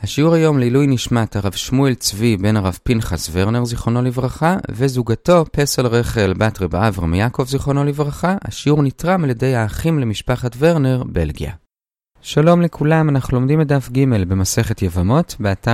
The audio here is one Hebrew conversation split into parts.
השיעור היום לעילוי נשמת הרב שמואל צבי בן הרב פנחס ורנר זיכרונו לברכה וזוגתו פסל רחל בת רב אברהם יעקב זיכרונו לברכה. השיעור נתרם על ידי האחים למשפחת ורנר, בלגיה. שלום לכולם, אנחנו לומדים את דף ג' במסכת יבמות באתר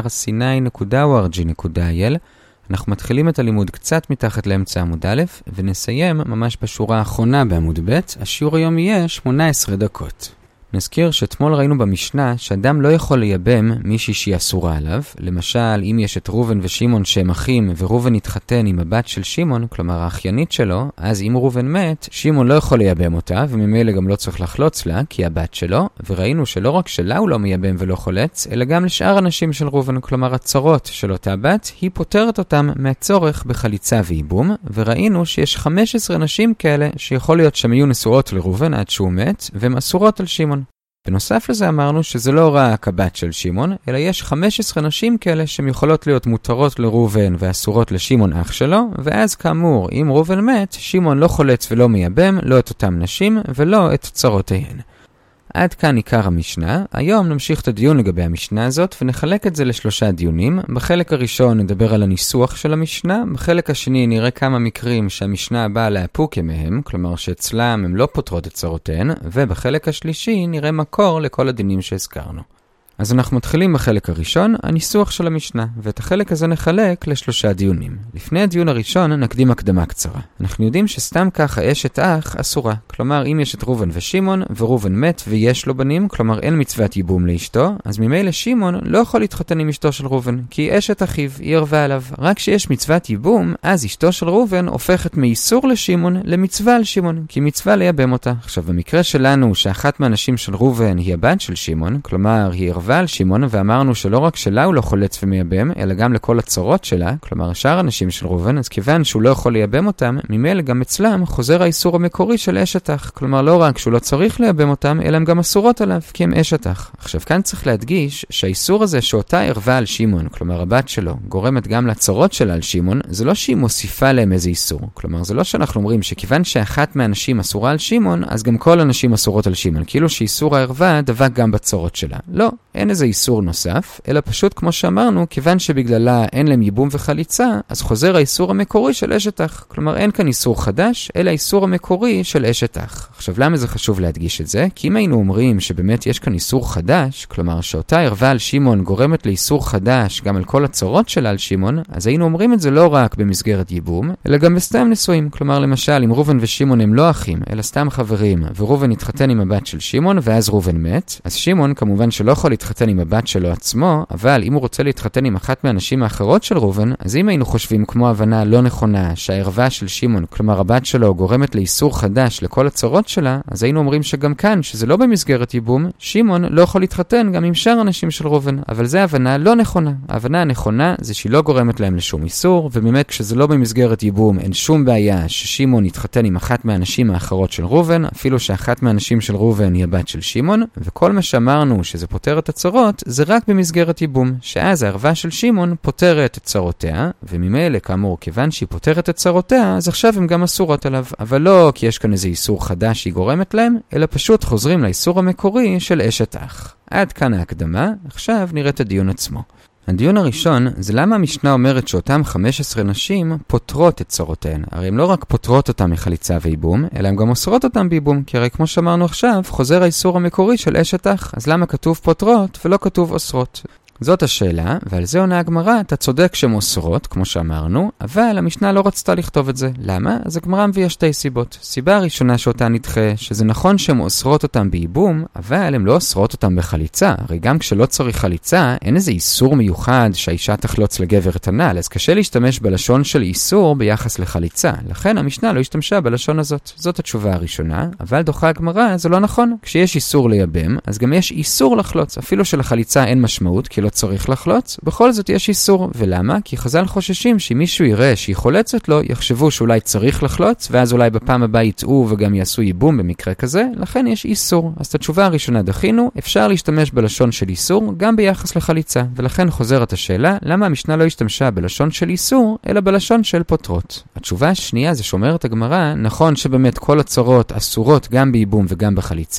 sinai.org.il. אנחנו מתחילים את הלימוד קצת מתחת לאמצע עמוד א' ונסיים ממש בשורה האחרונה בעמוד ב'. השיעור היום יהיה 18 דקות. נזכיר שאתמול ראינו במשנה שאדם לא יכול לייבם מישהי שהיא אסורה עליו. למשל, אם יש את ראובן ושמעון שהם אחים, וראובן התחתן עם הבת של שמעון, כלומר האחיינית שלו, אז אם ראובן מת, שמעון לא יכול לייבם אותה, וממילא גם לא צריך לחלוץ לה, כי הבת שלו, וראינו שלא רק שלה הוא לא מייבם ולא חולץ, אלא גם לשאר אנשים של ראובן, כלומר הצרות של אותה בת, היא פותרת אותם מהצורך בחליצה וייבום, וראינו שיש 15 נשים כאלה שיכול להיות שהן יהיו נשואות לראובן עד שהוא מת, והן אסורות על שמעון. בנוסף לזה אמרנו שזה לא רק הבת של שמעון, אלא יש 15 נשים כאלה שהן יכולות להיות מותרות לראובן ואסורות לשמעון אח שלו, ואז כאמור, אם ראובן מת, שמעון לא חולץ ולא מייבם, לא את אותם נשים ולא את צרותיהן. עד כאן עיקר המשנה. היום נמשיך את הדיון לגבי המשנה הזאת ונחלק את זה לשלושה דיונים. בחלק הראשון נדבר על הניסוח של המשנה, בחלק השני נראה כמה מקרים שהמשנה באה להפוק מהם, כלומר שאצלם הם לא פותרות את צרותיהן, ובחלק השלישי נראה מקור לכל הדינים שהזכרנו. אז אנחנו מתחילים בחלק הראשון, הניסוח של המשנה, ואת החלק הזה נחלק לשלושה דיונים. לפני הדיון הראשון נקדים הקדמה קצרה. אנחנו יודעים שסתם ככה אשת אח אסורה. כלומר, אם יש את ראובן ושמעון, וראובן מת ויש לו בנים, כלומר אין מצוות ייבום לאשתו, אז ממילא שמעון לא יכול להתחתן עם אשתו של ראובן, כי היא אשת אחיו, היא ערבה עליו. רק שיש מצוות ייבום, אז אשתו של ראובן הופכת מאיסור לשמעון למצווה על שמעון, כי מצווה לייבם אותה. עכשיו, במקרה שלנו, שאחת מהנשים של ראובן היא הבת של שמעון, כלומר היא על שמעון, ואמרנו שלא רק שלה הוא לא חולץ ומייבם, אלא גם לכל הצרות שלה, כלומר שאר הנשים של ראובן, אז כיוון שהוא לא יכול לייבם אותם, ממילא גם אצלם חוזר האיסור המקורי של אשת אח. כלומר לא רק שהוא לא צריך לייבם אותם, אלא הם גם אסורות עליו, כי הם אשת אח. עכשיו כאן צריך להדגיש שהאיסור הזה שאותה ערבה על שמעון, כלומר הבת שלו, גורמת גם לצרות שלה על שמעון, זה לא שהיא מוסיפה להם איזה איסור. כלומר זה לא שאנחנו אומרים שכיוון שאחת מהנשים אסורה על שמעון, אז גם כל הנשים אסורות על שמעון, כאילו שאיסור הערבה דבק גם בצרות שלה. לא, אין איזה איסור נוסף, אלא פשוט כמו שאמרנו, כיוון שבגללה אין להם ייבום וחליצה, אז חוזר האיסור המקורי של אשת אח. כלומר אין כאן איסור חדש, אלא האיסור המקורי של אשת אח. עכשיו למה זה חשוב להדגיש את זה? כי אם היינו אומרים שבאמת יש כאן איסור חדש, כלומר שאותה ערבה על שמעון גורמת לאיסור חדש גם על כל הצרות שלה על שמעון, אז היינו אומרים את זה לא רק במסגרת ייבום, אלא גם בסתם נישואים. כלומר למשל אם ראובן ושמעון הם לא אחים, אלא סתם חברים, וראובן התחתן עם הבת של שמעון ואז ראובן מת, אז שמעון כמובן שלא יכול להתחתן עם הבת שלו עצמו, אבל אם הוא רוצה להתחתן עם אחת מהנשים האחרות של ראובן, אז אם היינו חושבים כמו הבנה לא נכונה שהערבה של שמעון, כלומר הבת שלו, גורמת לאיסור חדש לכל הצרות שלה, אז היינו אומרים שגם כאן, שזה לא במסגרת ייבום, שמעון לא יכול להתחתן גם עם שאר הנשים של ראובן. אבל זה הבנה לא נכונה. ההבנה הנכונה זה שהיא לא גורמת להם לשום איסור, ובאמת כשזה לא במסגרת ייבום אין שום בעיה ששמעון יתחתן עם אחת מהנשים האחרות של ראובן, אפילו שאחת מהנשים של ראובן היא הבת של שמעון, וכל מה שאמרנו שזה פותר את הצרות, זה רק במסגרת ייבום, שאז הערבה של שמעון פותרת את צרותיה, וממילא כאמור כיוון שהיא פותרת את צרותיה, אז עכשיו הם גם אסורות עליו, אבל לא כי יש כאן איזה איסור חדש שהיא גורמת להם, אלא פשוט חוזרים לאיסור המקורי של אשת אח. עד כאן ההקדמה, עכשיו נראה את הדיון עצמו. הדיון הראשון זה למה המשנה אומרת שאותם 15 נשים פותרות את צרותיהן. הרי הם לא רק פותרות אותם מחליצה וייבום, אלא הם גם אוסרות אותם בייבום, כי הרי כמו שאמרנו עכשיו, חוזר האיסור המקורי של אשת אח. אז למה כתוב פותרות ולא כתוב אוסרות? זאת השאלה, ועל זה עונה הגמרא, אתה צודק שהן אוסרות, כמו שאמרנו, אבל המשנה לא רצתה לכתוב את זה. למה? אז הגמרא מביאה שתי סיבות. סיבה הראשונה שאותה נדחה, שזה נכון שהן אוסרות אותם בייבום, אבל הן לא אוסרות אותם בחליצה. הרי גם כשלא צריך חליצה, אין איזה איסור מיוחד שהאישה תחלוץ לגבר את הנעל, אז קשה להשתמש בלשון של איסור ביחס לחליצה. לכן המשנה לא השתמשה בלשון הזאת. זאת התשובה הראשונה, אבל דוחה הגמרא, זה לא נכון. כשיש איסור לייבם, אז גם יש איסור לחלוץ. אפילו שלחליצה אין משמעות, כי לא צריך לחלוץ, בכל זאת יש איסור. ולמה? כי חז"ל חוששים שאם מישהו יראה שהיא חולצת לו, יחשבו שאולי צריך לחלוץ, ואז אולי בפעם הבאה יטעו וגם יעשו ייבום במקרה כזה, לכן יש איסור. אז את התשובה הראשונה דחינו, אפשר להשתמש בלשון של איסור גם ביחס לחליצה, ולכן חוזרת השאלה, למה המשנה לא השתמשה בלשון של איסור, אלא בלשון של פותרות? התשובה השנייה זה שאומרת הגמרא, נכון שבאמת כל הצרות אסורות גם בייבום וגם בחליצה,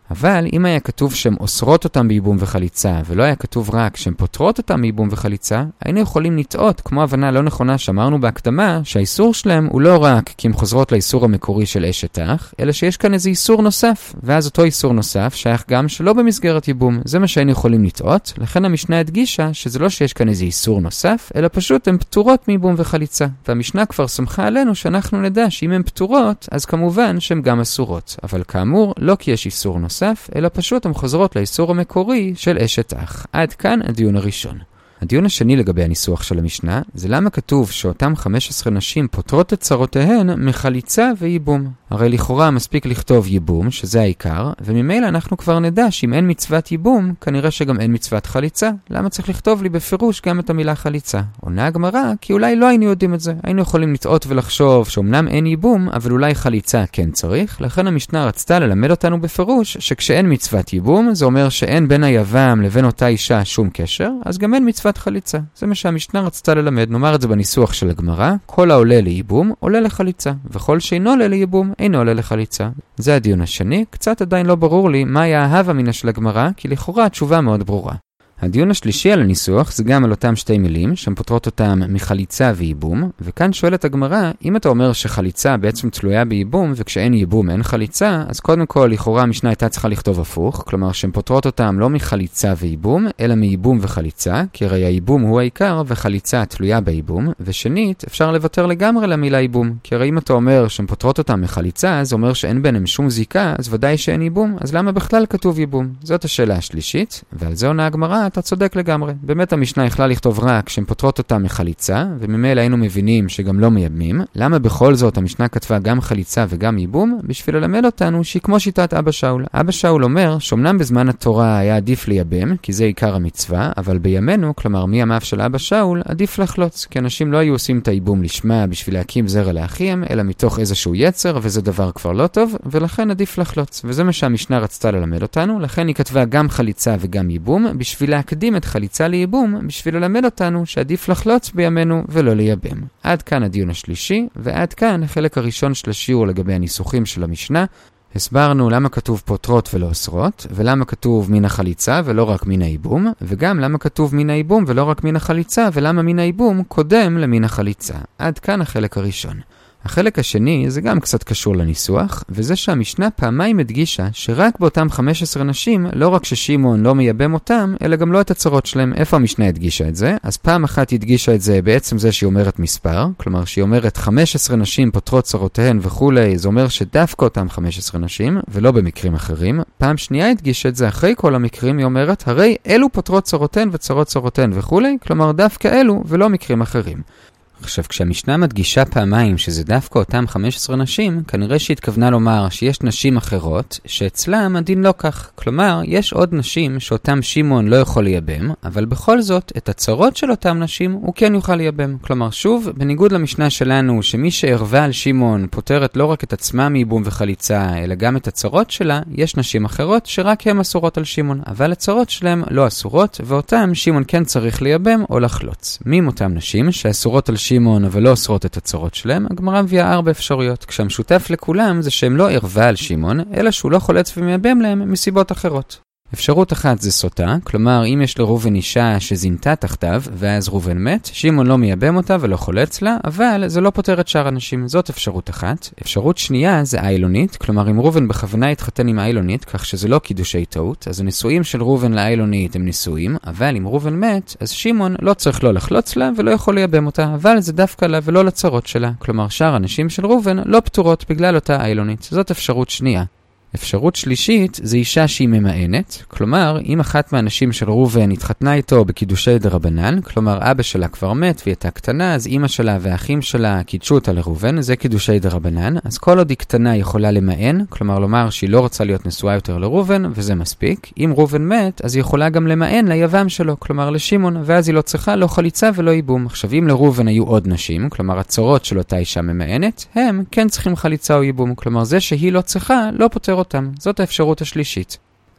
אבל אם היה כתוב שהן אוסרות אותם בייבום וחליצה, ולא היה כתוב רק שהן פותרות אותם בייבום וחליצה, היינו יכולים לטעות, כמו הבנה לא נכונה שאמרנו בהקדמה, שהאיסור שלהם הוא לא רק כי הן חוזרות לאיסור המקורי של אשת אח, אלא שיש כאן איזה איסור נוסף, ואז אותו איסור נוסף שייך גם שלא במסגרת ייבום. זה מה שהיינו יכולים לטעות, לכן המשנה הדגישה שזה לא שיש כאן איזה איסור נוסף, אלא פשוט הן פתורות מייבום וחליצה. והמשנה כבר סמכה עלינו שאנחנו נדע שאם הן פתורות, אז כמובן שהן גם אסורות. אבל כאמור, לא כי יש איסור נוסף, אלא פשוט הן חוזרות לאיסור המקורי של אשת אח. עד כאן הדיון הראשון. הדיון השני לגבי הניסוח של המשנה, זה למה כתוב שאותם 15 נשים פותרות את צרותיהן מחליצה וייבום. הרי לכאורה מספיק לכתוב ייבום, שזה העיקר, וממילא אנחנו כבר נדע שאם אין מצוות ייבום, כנראה שגם אין מצוות חליצה. למה צריך לכתוב לי בפירוש גם את המילה חליצה? עונה הגמרא, כי אולי לא היינו יודעים את זה. היינו יכולים לטעות ולחשוב שאומנם אין ייבום, אבל אולי חליצה כן צריך. לכן המשנה רצתה ללמד אותנו בפירוש שכשאין מצוות ייבום, זה אומר שאין בין היבם לבין אותה אישה שום קשר, אז גם אין מצוות חליצה. זה מה שהמשנה רצתה ללמד. נאמר את זה בניסוח של הגמרא, כל העולה לייבום עולה לחליצה, וכל שאינו עולה לייבום אינו עולה לחליצה. זה הדיון השני. קצת עדיין לא ברור לי מה היה ההווה מן של הגמרא, כי לכאורה התשובה מאוד ברורה. הדיון השלישי על הניסוח זה גם על אותם שתי מילים שהן פותרות אותם מחליצה וייבום, וכאן שואלת הגמרא, אם אתה אומר שחליצה בעצם תלויה בייבום וכשאין ייבום אין חליצה, אז קודם כל לכאורה המשנה הייתה צריכה לכתוב הפוך, כלומר שהן פותרות אותם לא מחליצה וייבום, אלא מייבום וחליצה, כי הרי הייבום הוא העיקר וחליצה תלויה בייבום, ושנית אפשר לוותר לגמרי למילה ייבום, כי הרי אם אתה אומר שהן פותרות אותם מחליצה, זה אומר שאין ביניהם שום זיקה, אז ודאי שאין ייבום, אז למה בכלל כתוב ייבום? זאת השאלה השלישית, ועל זה עונה הגמרא, אתה צודק לגמרי. באמת המשנה יכלה לכתוב רק שהן פותרות אותה מחליצה, וממילא היינו מבינים שגם לא מייבמים. למה בכל זאת המשנה כתבה גם חליצה וגם ייבום? בשביל ללמד אותנו שהיא כמו שיטת אבא שאול. אבא שאול אומר שאומנם בזמן התורה היה עדיף לייבם, כי זה עיקר המצווה, אבל בימינו, כלומר מימיו של אבא שאול, עדיף לחלוץ, כי אנשים לא היו עושים את הייבום לשמה בשביל להקים זרע לאחיהם, אלא מתוך איזשהו יצר, וזה דבר כבר לא טוב, ולכן עדיף לחלוץ. וזה מה שהמשנה רצתה ללמד אותנו, לכן היא כתבה גם חליצה וגם ייבום, בשביל להקדים את חליצה לייבום, בשביל ללמד אותנו שעדיף לחלוץ בימינו ולא לייבם. עד כאן הדיון השלישי, ועד כאן החלק הראשון של השיעור לגבי הניסוחים של המשנה. הסברנו למה כתוב פותרות ולא אוסרות, ולמה כתוב מן החליצה ולא רק מן הייבום, וגם למה כתוב מן הייבום ולא רק מן החליצה, ולמה מן הייבום קודם למן החליצה. עד כאן החלק הראשון. החלק השני זה גם קצת קשור לניסוח, וזה שהמשנה פעמיים הדגישה שרק באותם 15 נשים, לא רק ששימון לא מייבם אותם, אלא גם לא את הצרות שלהם. איפה המשנה הדגישה את זה? אז פעם אחת הדגישה את זה בעצם זה שהיא אומרת מספר, כלומר שהיא אומרת 15 נשים פותרות צרותיהן וכולי, זה אומר שדווקא אותם 15 נשים, ולא במקרים אחרים. פעם שנייה הדגישה את זה אחרי כל המקרים, היא אומרת, הרי אלו פותרות צרותיהן וצרות צרותיהן וכולי, כלומר דווקא אלו ולא מקרים אחרים. עכשיו, כשהמשנה מדגישה פעמיים שזה דווקא אותם 15 נשים, כנראה שהתכוונה לומר שיש נשים אחרות שאצלם הדין לא כך. כלומר, יש עוד נשים שאותם שימון לא יכול לייבם, אבל בכל זאת, את הצרות של אותם נשים הוא כן יוכל לייבם. כלומר, שוב, בניגוד למשנה שלנו, שמי שערבה על שימון פותרת לא רק את עצמה מייבום וחליצה, אלא גם את הצרות שלה, יש נשים אחרות שרק הן אסורות על שימון, אבל הצרות שלהם לא אסורות, ואותם שימון כן צריך לייבם או לחלוץ. מי אותם נשים שאסורות על שימון אבל לא אוסרות את הצרות שלהם? הגמרא מביאה 4 אפשרויות. כשהמשותף לכולם זה שהם לא ערבה על שימון, אלא שהוא לא חולץ ומייבם להם מסיבות אחרות. אפשרות אחת זה סוטה, כלומר אם יש לראובן אישה שזינתה תחתיו ואז ראובן מת, שימון לא מייבם אותה ולא חולץ לה, אבל זה לא פותר את שאר הנשים. זאת אפשרות אחת. אפשרות שנייה זה איילונית, כלומר אם ראובן בכוונה התחתן עם איילונית, כך שזה לא קידושי טעות, אז הנישואים של ראובן לאיילונית הם נישואים, אבל אם ראובן מת, אז שימון לא צריך לא לחלוץ לה ולא יכול לייבם אותה, אבל זה דווקא לה ולא לצרות שלה. כלומר שאר הנשים של ראובן לא פתורות בגלל אותה איילונית. זאת אפשרות שנייה. אפשרות שלישית זה אישה שהיא ממאנת, כלומר אם אחת מהנשים של ראובן התחתנה איתו בקידושי דרבנן, כלומר אבא שלה כבר מת והיא הייתה קטנה, אז אמא שלה והאחים שלה קידשו אותה לראובן, זה קידושי דרבנן, אז כל עוד היא קטנה היא יכולה למאן, כלומר לומר שהיא לא רוצה להיות נשואה יותר לראובן, וזה מספיק. אם ראובן מת, אז היא יכולה גם למאן ליבם שלו, כלומר לשימון, ואז היא לא צריכה לא חליצה ולא ייבום. עכשיו אם לראובן היו עוד נשים, כלומר הצרות של אותה אישה ממאנת, הם כן צריכים חליצה או ייבום, כלומר זה שהיא לא צריכה לא פותר אותם. זאת האפשרות השלישית.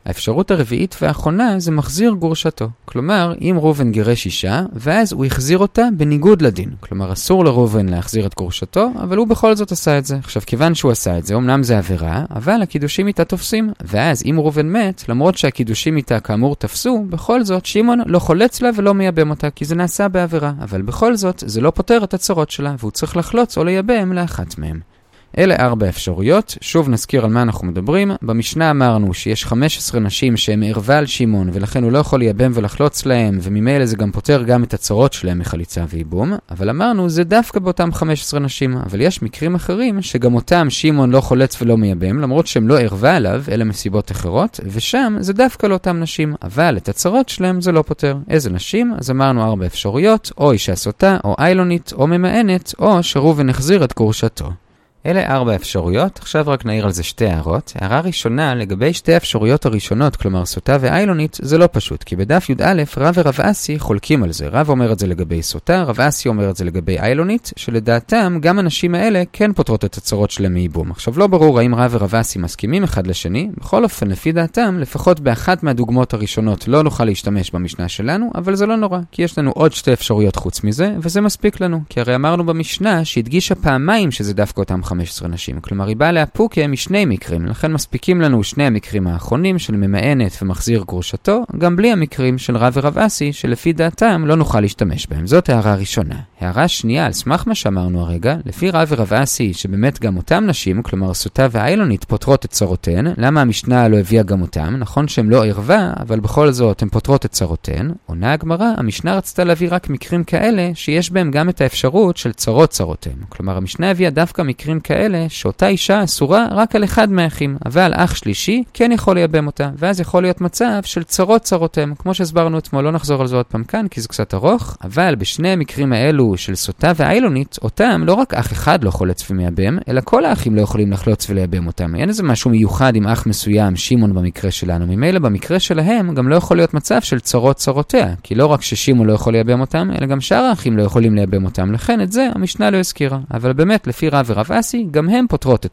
האפשרות הרביעית והאחרונה זה מחזיר גרושתו. כלומר, אם ראובן גירש אישה, ואז הוא החזיר אותה בניגוד לדין. כלומר, אסור לראובן להחזיר את גרושתו, אבל הוא בכל זאת עשה את זה. עכשיו, כיוון שהוא עשה את זה, אמנם זה עבירה, אבל הקידושים איתה תופסים. ואז, אם ראובן מת, למרות שהקידושים איתה כאמור תפסו, בכל זאת, שמעון לא חולץ לה ולא מייבם אותה, כי זה נעשה בעבירה. אבל בכל זאת, זה לא פותר את הצרות שלה, והוא צריך לחלוץ או לייבם לאחת מהם. אלה 4 אפשרויות. שוב נזכיר על מה אנחנו מדברים. במשנה אמרנו שיש 15 נשים שהן ערווה על שמעון, ולכן הוא לא יכול לייבם ולחלוץ להם, וממילא זה גם פותר גם את הצרות שלהם מחליצה וייבום. אבל אמרנו, זה דווקא באותם 15 נשים. אבל יש מקרים אחרים שגם אותם שמעון לא חולץ ולא מייבם, למרות שהם לא ערווה עליו, אלא מסיבות אחרות, ושם זה דווקא לאותם נשים. אבל את הצרות שלהם זה לא פותר. איזה נשים? אז אמרנו 4 אפשרויות, או אישה סוטה, או איילונית, או ממאנת, או שראובן החזיר את גרושתו. אלה 4 אפשרויות, עכשיו רק נעיר על זה 2 הערות. הערה ראשונה, לגבי 2 האפשרויות הראשונות, כלומר סוטה ואיילונית, זה לא פשוט, כי בדף י"א רב ורב אסי חולקים על זה. רב אומר את זה לגבי סוטה, רב אסי אומר את זה לגבי איילונית, שלדעתם גם הנשים האלה כן פותרות את הצרות שלהם מייבום. עכשיו לא ברור האם רב ורב אסי מסכימים אחד לשני, בכל אופן לפי דעתם, לפחות באחת מהדוגמות הראשונות לא נוכל להשתמש במשנה שלנו, אבל זה לא נורא, כי יש לנו עוד 2 אפשרויות חוץ מזה, וזה מספיק לנו, כי הרי אמרנו במשנה שהדגישה פעמיים שזה דווקא אותם 15 נשים. כלומר, היא באה להפוקה משני מקרים, לכן מספיקים לנו 2 המקרים האחרונים של ממאנת ומחזיר גרושתו, גם בלי המקרים של רב ורב אסי, שלפי דעתם לא נוכל להשתמש בהם. זאת הערה ראשונה. הערה שנייה, על סמך מה שאמרנו הרגע, לפי רב ורב אסי, שבאמת גם אותם נשים, כלומר סוטה ואיילונית, פותרות את צרותיהן, למה המשנה לא הביאה גם אותם? נכון שהם לא ערווה, אבל בכל זאת הן פותרות את צרותיהן. עונה הגמרא, המשנה רצתה להביא רק מקרים כאלה, שיש בהם גם את האפשרות של צרותיהם. כלומר, המשנה הביאה דווקא מקרים כאלה שאותה אישה אסורה רק על אחד מהאחים, אבל אח שלישי כן יכול לייבם אותה, ואז יכול להיות מצב של צרותיהם. כמו שהסברנו אתמול, לא נחזור על זה עוד פעם כאן, כי זה קצת ארוך, אבל בשני המקרים האלו של סוטה ואיילונית, אותם לא רק אח אחד לא חולץ ומייבם, אלא כל האחים לא יכולים לחלוץ ולייבם אותם. אין איזה משהו מיוחד עם אח מסוים, שמעון במקרה שלנו. ממילא במקרה שלהם גם לא יכול להיות מצב של צרותיה, כי לא רק ששמעון לא יכול לייבם אותם, אלא גם שאר האחים לא יכולים לייבם אותם. לכן את זה המשנה לא הזכירה. אבל באמת לפי רב ורב אסי, גם הם פותרות את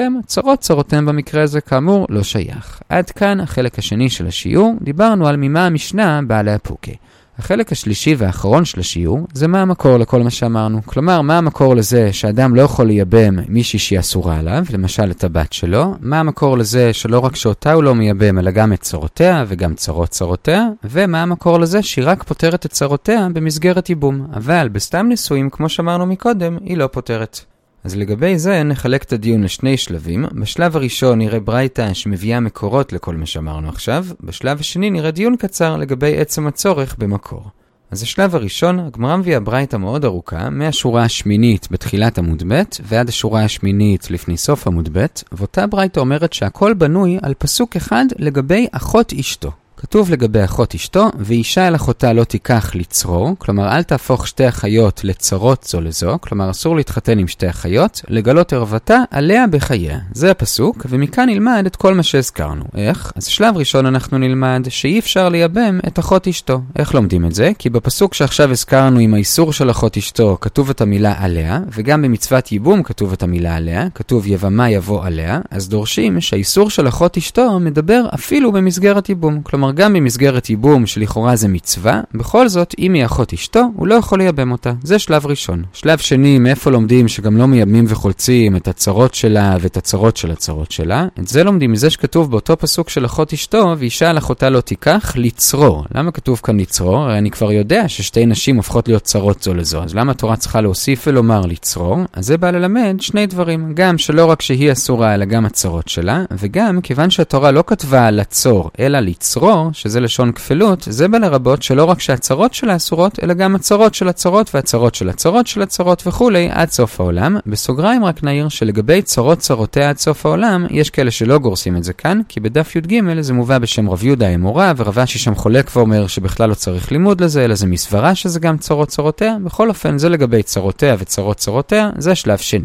צרותיהם במקרה הזה כאמור לא שייך. עד כאן החלק השני של השיעור, דיברנו על ממה המשנה באה להפוקה. החלק השלישי והאחרון של השיעור זה מה המקור לכל מה שאמרנו. כלומר, מה המקור לזה שאדם לא יכול לייבם מישהי שהיא אסורה עליו, למשל את הבת שלו, מה המקור לזה שלא רק שאותה הוא לא מייבם אלא גם את צרותיה וגם צרותיה, ומה המקור לזה שהיא רק פותרת את צרותיה במסגרת ייבום, אבל בסתם נישואים כמו שאמרנו מקודם היא לא פותרת. אז לגבי זה נחלק את הדיון לשני שלבים. בשלב הראשון נראה ברייתא שמביאה מקורות לכל מה שאמרנו עכשיו. בשלב השני נראה דיון קצר לגבי עצם הצורך במקור. אז השלב הראשון, הגמרא מביאה ברייתא מאוד ארוכה, מהשורה השמינית בתחילת עמוד ב' ועד השורה השמינית לפני סוף עמוד ב', ואותה ברייתא אומרת שהכל בנוי על פסוק אחד לגבי אחות אשתו. כתוב לגבי אחות אשתו, ואישה אל אחותה לא תיקח לצרור, כלומר אל תהפוך שתי אחיות לצרות זו לזו, כלומר אסור להתחתן עם שתי אחיות, לגלות ערוותה עליה בחייה. זה הפסוק, ומכאן נלמד את כל מה שהזכרנו. איך? אז שלב ראשון אנחנו נלמד שאי אפשר לייבם את אחות אשתו. איך לומדים את זה? כי בפסוק שעכשיו הזכרנו עם האיסור של אחות אשתו, כתוב את המילה עליה, וגם במצוות ייבום כתוב את המילה עליה, כתוב יבמה יבוא עליה, אז דורשים שהאיסור של אחות אשתו מדבר אפילו במסגרת ייבום. כלומר גם במסגרת ייבום שלכאורה זה מצווה, בכל זאת אם היא אחות אשתו הוא לא יכול לייבם אותה. זה שלב ראשון. שלב שני, מאיפה לומדים שגם לא מייבמים וחולצים את הצרות שלה ואת הצרות של הצרות שלה? את זה לומדים מזה שכתוב באותו פסוק של אחות אשתו, ואישה על אחותה לא תיקח לצרור. למה כתוב כאן לצרור? הרי אני כבר יודע ששתי נשים הופכות להיות צרות זו לזו, אז למה התורה צריכה להוסיף ולומר לצרור? אז זה בא ללמד שני דברים, גם שלא רק שהיא אסורה אלא גם הצרות שלה, וגם כיוון שהתורה לא כתבה לצור אלא לצרור, שזה לשון כפלות, זה בא לרבות שלא רק שהצרות שלה אסורות, אלא גם הצרות של הצרות והצרות של הצרות של הצרות וכולי עד סוף העולם. בסוגריים רק נעיר שלגבי צרותיה עד סוף העולם, יש כאלה שלא גורסים את זה כאן, כי בדף י"ג זה מובא בשם רב יהודה האמורה, ורב אשי שם חולק ואומר שבכלל לא צריך לימוד לזה, אלא זה מסברה שזה גם צרותיה. בכל אופן, זה לגבי צרותיה וצרותיה, זה שלב שני.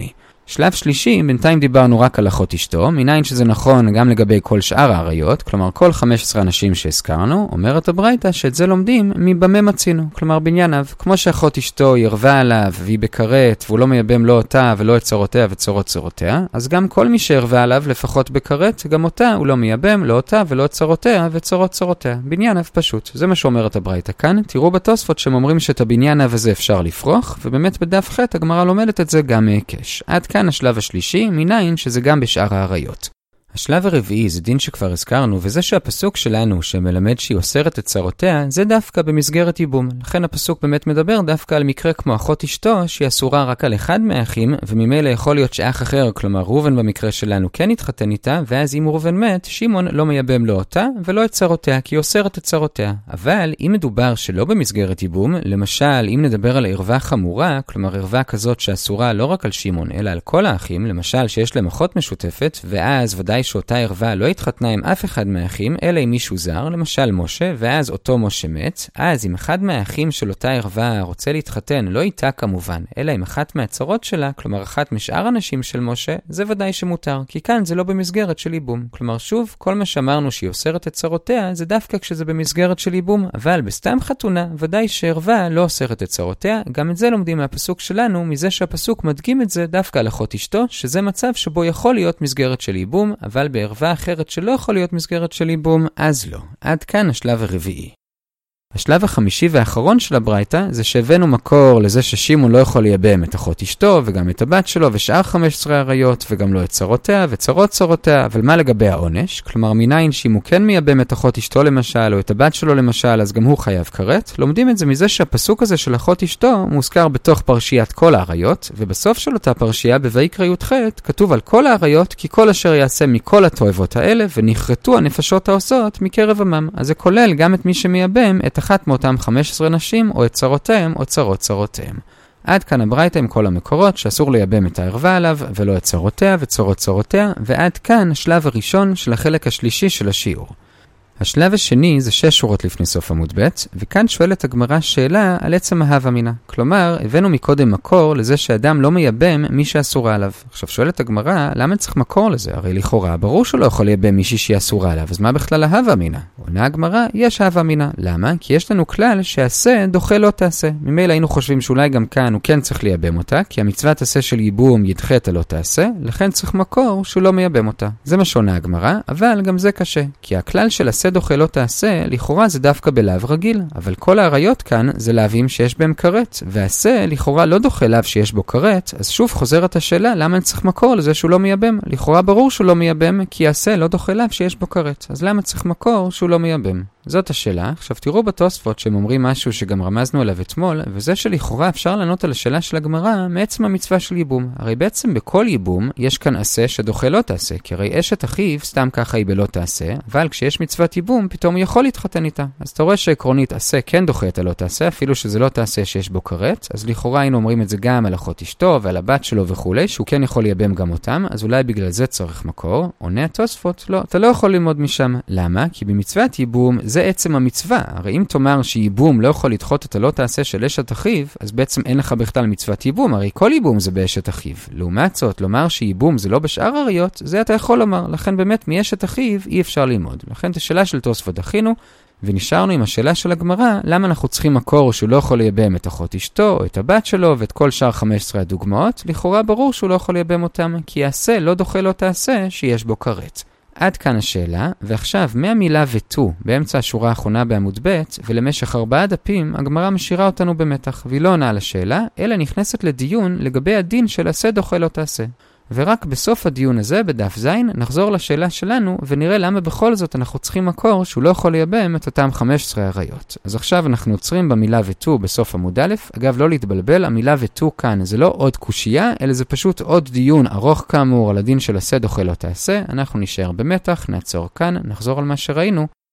שלב שלישי, בינתיים דיברנו רק על אחות אשתו, מניין שזה נכון גם לגבי כל שאר העריות, כלומר כל 15 אנשים שהזכרנו, אומרת הברייתא שאת זה לומדים מבמה מצינו, כלומר בענייניו, כמו שאחות אשתו ירבה עליו והיא בכרת, והוא לא מייבם לא אותה ולא את צרותיה וצרות צרותיה, אז גם כל מי שירבה עליו לפחות בכרת, גם אותה הוא לא מייבם לא אותה ולא את צרותיה וצרות צרותיה. בענייניו פשוט, זה מה שאומרת הברייתא כאן. תראו בתוספות שהם אומרים שאת הבענייניו הזה אפשר לפרוח, ובאמת בדף ח' הגמרא לומדת את זה גם מהיקש. עד כאן השלב השלישי, מניין שזה גם בשאר העריות. השלב הרביעי זה דין שכבר הזכרנו, וזה שהפסוק שלנו שמלמד שהיא אוסרת את צרותיה, זה דווקא במסגרת ייבום. לכן הפסוק באמת מדבר דווקא על מקרה כמו אחות אשתו, שהיא אסורה רק על אחד מהאחים, וממילא יכול להיות שאח אחר, כלומר ראובן במקרה שלנו כן התחתן איתה, ואז אם ראובן מת, שמעון לא מייבם לא אותה ולא את צרותיה, כי היא אוסרת את צרותיה. אבל אם מדובר שלא במסגרת ייבום, למשל אם נדבר על ערווה חמורה, כלומר ערווה כזאת שאסורה לא רק על שמעון, אלא על כל האחים, למשל שיש להם אחות משותפת, ואז ודאי שאותה ערווה לא התחתנה עם אף אחד מהאחים, אלא עם מישהו זר, למשל משה, ואז אותו משה מת, אז אם אחד מהאחים של אותה ערווה רוצה להתחתן, לא איתה כמובן, אלא עם אחת מהצרות שלה, כלומר אחת משאר הנשים של משה, זה ודאי שמותר, כי כאן זה לא במסגרת של ייבום. כלומר שוב, כל מה שאמרנו שהיא אוסרת את צרותיה, זה דווקא כשזה במסגרת של ייבום, אבל בסתם חתונה, ודאי שערווה לא אוסרת את צרותיה, גם את זה לומדים מהפסוק שלנו, מזה שהפסוק מדגים את זה דווקא על אחות אשתו, שזה מצב שבו יכול להיות מסגרת של ייבום, אבל בערווה אחרת שלא יכול להיות מסגרת של ייבום, אז לא. עד כאן השלב הרביעי. השלב החמישי והאחרון של הברייתא זה שהבאנו מקור לזה ששמעון לא יכול לייבם את אחות אשתו וגם את הבת שלו ושאר 15 עריות וגם לא את צרותיה וצרות צרותיה, אבל מה לגבי העונש? כלומר מניין שאם הוא כן מייבם את אחות אשתו למשל או את הבת שלו למשל, אז גם הוא חייב כרת. לומדים את זה מזה שהפסוק הזה של אחות אשתו מוזכר בתוך פרשיית כל העריות, ובסוף של אותה פרשייה בויקרא י"ח כתוב על כל העריות כי כל אשר יעשה מכל התועבות האלה ונכרתו הנפשות העושות מקרב עמם. אז זה כולל גם את מי שמייבם את אחת מאותם 15 נשים, או את צרותיהם, או צרות צרותיהם. עד כאן הברייתא עם כל המקורות, שאסור לייבם את הערווה עליו, ולא את צרותיה וצרות צרותיה, ועד כאן השלב הראשון של החלק השלישי של השיעור. השלב השני זה 6 שורות לפני סוף עמוד ב', וכאן שואלת הגמרא שאלה על עצם ההווה מינה. כלומר, הבאנו מקודם מקור לזה שאדם לא מייבם מי שאסורה עליו. עכשיו שואלת הגמרא, למה צריך מקור לזה? הרי לכאורה ברור שלא יכול לייבם מישהי שהיא אסורה עליו, אז מה בכלל ההווה מינה? עונה הגמרא, יש ההווה מינה. למה? כי יש לנו כלל שעשה דוחה לא תעשה. ממילא היינו חושבים שאולי גם כאן הוא כן צריך לייבם אותה, כי המצוות עשה של ייבום ידחה את הלא תעשה, לכן צריך מקור שהוא לא מייבם אותה. זה מה שעונה הגמרא, אבל גם זה קשה, כי הכלל של עשה דוחה לא תעשה, לכאורה זה דווקא בלאו רגיל, אבל כל העריות כאן זה לאווים שיש בהם כרת, ועשה לכאורה לא דוחה לאו שיש בו כרת, אז שוב חוזרת השאלה למה צריך מקור לזה שהוא לא מייבם. לכאורה ברור שהוא לא מייבם, כי עשה לא דוחה לאו שיש בו כרת, אז למה צריך מקור שהוא לא מייבם? זאת השאלה. עכשיו תראו בתוספות שהם אומרים משהו שגם רמזנו עליו אתמול, וזה שלכאורה אפשר לענות על השאלה של הגמרא מעצם המצווה של ייבום. הרי בעצם בכל ייבום יש כאן עשה שדוחה לא תעשה, כי הרי אשת אחיו סתם ככה היא בלא תעשה, אבל כשיש מצוות ייבום פתאום הוא יכול להתחתן איתה. אז אתה רואה שעקרונית עשה כן דוחה את הלא תעשה, אפילו שזה לא תעשה שיש בו כרת, אז לכאורה היינו אומרים את זה גם על אחות אשתו ועל הבת שלו וכולי, שהוא כן יכול לייבם גם אותם, אז אולי בגלל זה צריך מקור. עונה התוספות, לא, אתה לא יכול ללמוד משם. למה? כי במצוות ייבום זה עצם המצווה. הרי אם תאמר שייבום לא יכול לדחות את הלא תעשה של אשת אחיו, אז בעצם אין לך בכלל מצוות ייבום, הרי כל ייבום זה באשת אחיו. לעומת זאת, לומר שייבום זה לא בשאר עריות, זה אתה יכול לומר. לכן באמת מאשת אחיו אי אפשר ללמוד. לכן את השאלה של תוספות דחינו, ונשארנו עם השאלה של הגמרא, למה אנחנו צריכים מקור שהוא לא יכול לייבם את אחות אשתו, או את הבת שלו, ואת כל שאר 15 הדוגמאות. לכאורה ברור שהוא לא יכול לייבם אותם, כי יעשה לא דוחה לא תעשה שיש בו כרת. עד כאן השאלה, ועכשיו מהמילה ותו באמצע השורה האחרונה בעמוד ב' ולמשך 4 דפים, הגמרא משאירה אותנו במתח, והיא לא עונה על השאלה, אלא נכנסת לדיון לגבי הדין של עשה דוחה לא תעשה. ורק בסוף הדיון הזה, בדף זין, נחזור לשאלה שלנו, ונראה למה בכל זאת אנחנו צריכים מקור שהוא לא יכול לייבם את אותם 15 עריות. אז עכשיו אנחנו עוצרים במילה ותו בסוף עמוד א', אגב לא להתבלבל, המילה ותו כאן זה לא עוד קושייה, אלא זה פשוט עוד דיון ארוך כאמור על הדין של עשה דוחה לא תעשה. אנחנו נשאר במתח, נעצור כאן, נחזור על מה שראינו.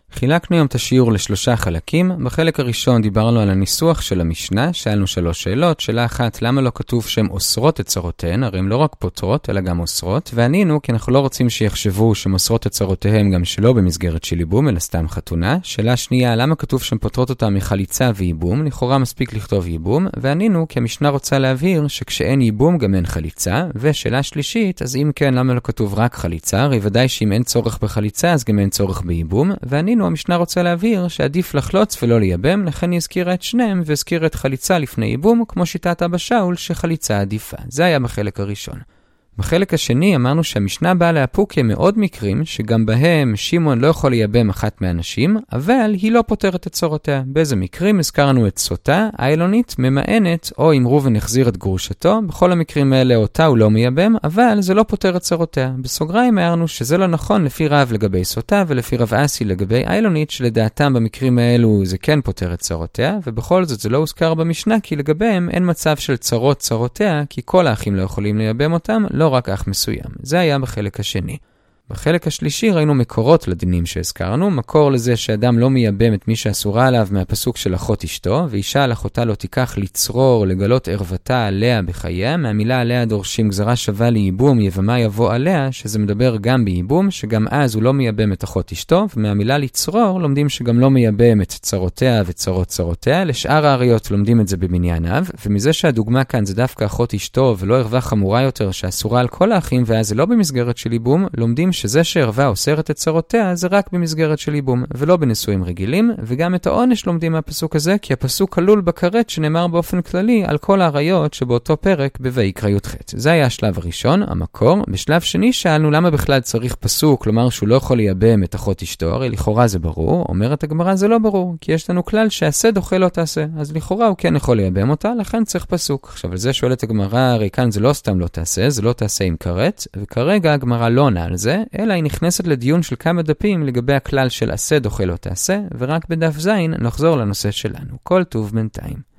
חילקנו היום את השיעור ל3 חלקים. בחלק הראשון דיברנו על הניסוח של המשנה, שאלנו 3 שאלות. שאלה אחת, למה לא כתוב שהן אוסרות את צרותיהן? הרי הן לא רק פותרות, אלא גם אוסרות. וענינו, כי אנחנו לא רוצים שיחשבו שהן אוסרות את צרותיהן גם שלא במסגרת של ייבום, אלא סתם חתונה. שאלה שנייה, למה כתוב שהן פותרות אותה מחליצה וייבום? לכאורה מספיק לכתוב ייבום. וענינו, כי המשנה רוצה להבהיר שכשאין ייבום גם אין חליצה. ושאלה שלישית, אז אם כן, למה לא כתוב רק חליצה? הרי ודאי שאם אין צורך בחליצה, אז גם אין צורך בייבום. וענינו, המשנה רוצה להבהיר שעדיף לחלוץ ולא לייבם, לכן היא הזכירה את שניהם והזכירה את חליצה לפני ייבום, כמו שיטת אבא שאול שחליצה עדיפה. זה היה בחלק הראשון. בחלק השני אמרנו שהמשנה באה להפוק מאוד מקרים שגם בהם שמעון לא יכול לייבם אחת מהנשים, אבל היא לא פותרת את צורותיה. באיזה מקרים הזכרנו את סוטה, איילונית, ממאנת, או אם ראובן החזיר את גרושתו. בכל המקרים האלה אותה הוא לא מייבם, אבל זה לא פותר את צורותיה. בסוגריים אמרנו שזה לא נכון לפי רב לגבי סוטה ולפי רב אסי לגבי איילונית, שלדעתם במקרים האלו זה כן פותר את צורותיה, ובכל זאת זה לא הוזכר במשנה כי לגביהם אין מצב של צורותיה, כי כל האחים לא יכולים לייבם אותם, לא רק אח מסוים. זה היה בחלק השני. בחלק השלישי ראינו מקורות לדינים שהזכרנו, מקור לזה שאדם לא מייבם את מי שאסורה עליו מהפסוק של אחות אשתו, ואישה על אחותה לא תיקח לצרור, לגלות ערוותה עליה בחייה, מהמילה עליה דורשים גזרה שווה לייבום, יבמה יבוא עליה, שזה מדבר גם בייבום, שגם אז הוא לא מייבם את אחות אשתו, ומהמילה לצרור לומדים שגם לא מייבם את צרותיה וצרות צרותיה, לשאר העריות לומדים את זה במניין אב, ומזה שהדוגמה כאן זה דווקא אחות אשתו ולא ערווה חמורה יותר שאסורה על כל האחים, ואז זה לא במסגרת של ייבום, לומדים שזה שערווה אוסרת את צרותיה זה רק במסגרת של ייבום, ולא בנישואים רגילים, וגם את העונש לומדים מהפסוק הזה, כי הפסוק כלול בכרת שנאמר באופן כללי על כל העריות שבאותו פרק בויקרא י"ח. זה היה השלב הראשון, המקור. בשלב שני שאלנו למה בכלל צריך פסוק, כלומר שהוא לא יכול לייבם את אחות אשתו, הרי לכאורה זה ברור, אומרת הגמרא זה לא ברור, כי יש לנו כלל שעשה דוחה לא תעשה, אז לכאורה הוא כן יכול לייבם אותה, לכן צריך פסוק. עכשיו על זה שואלת הגמרא, הרי כאן זה לא סתם לא תעשה, זה לא תעשה עם כרת, וכרגע הגמרא לא עונה על זה, אלא היא נכנסת לדיון של כמה דפים לגבי הכלל של עשה דוחה לא תעשה, ורק בדף זין נחזור לנושא שלנו. כל טוב בינתיים.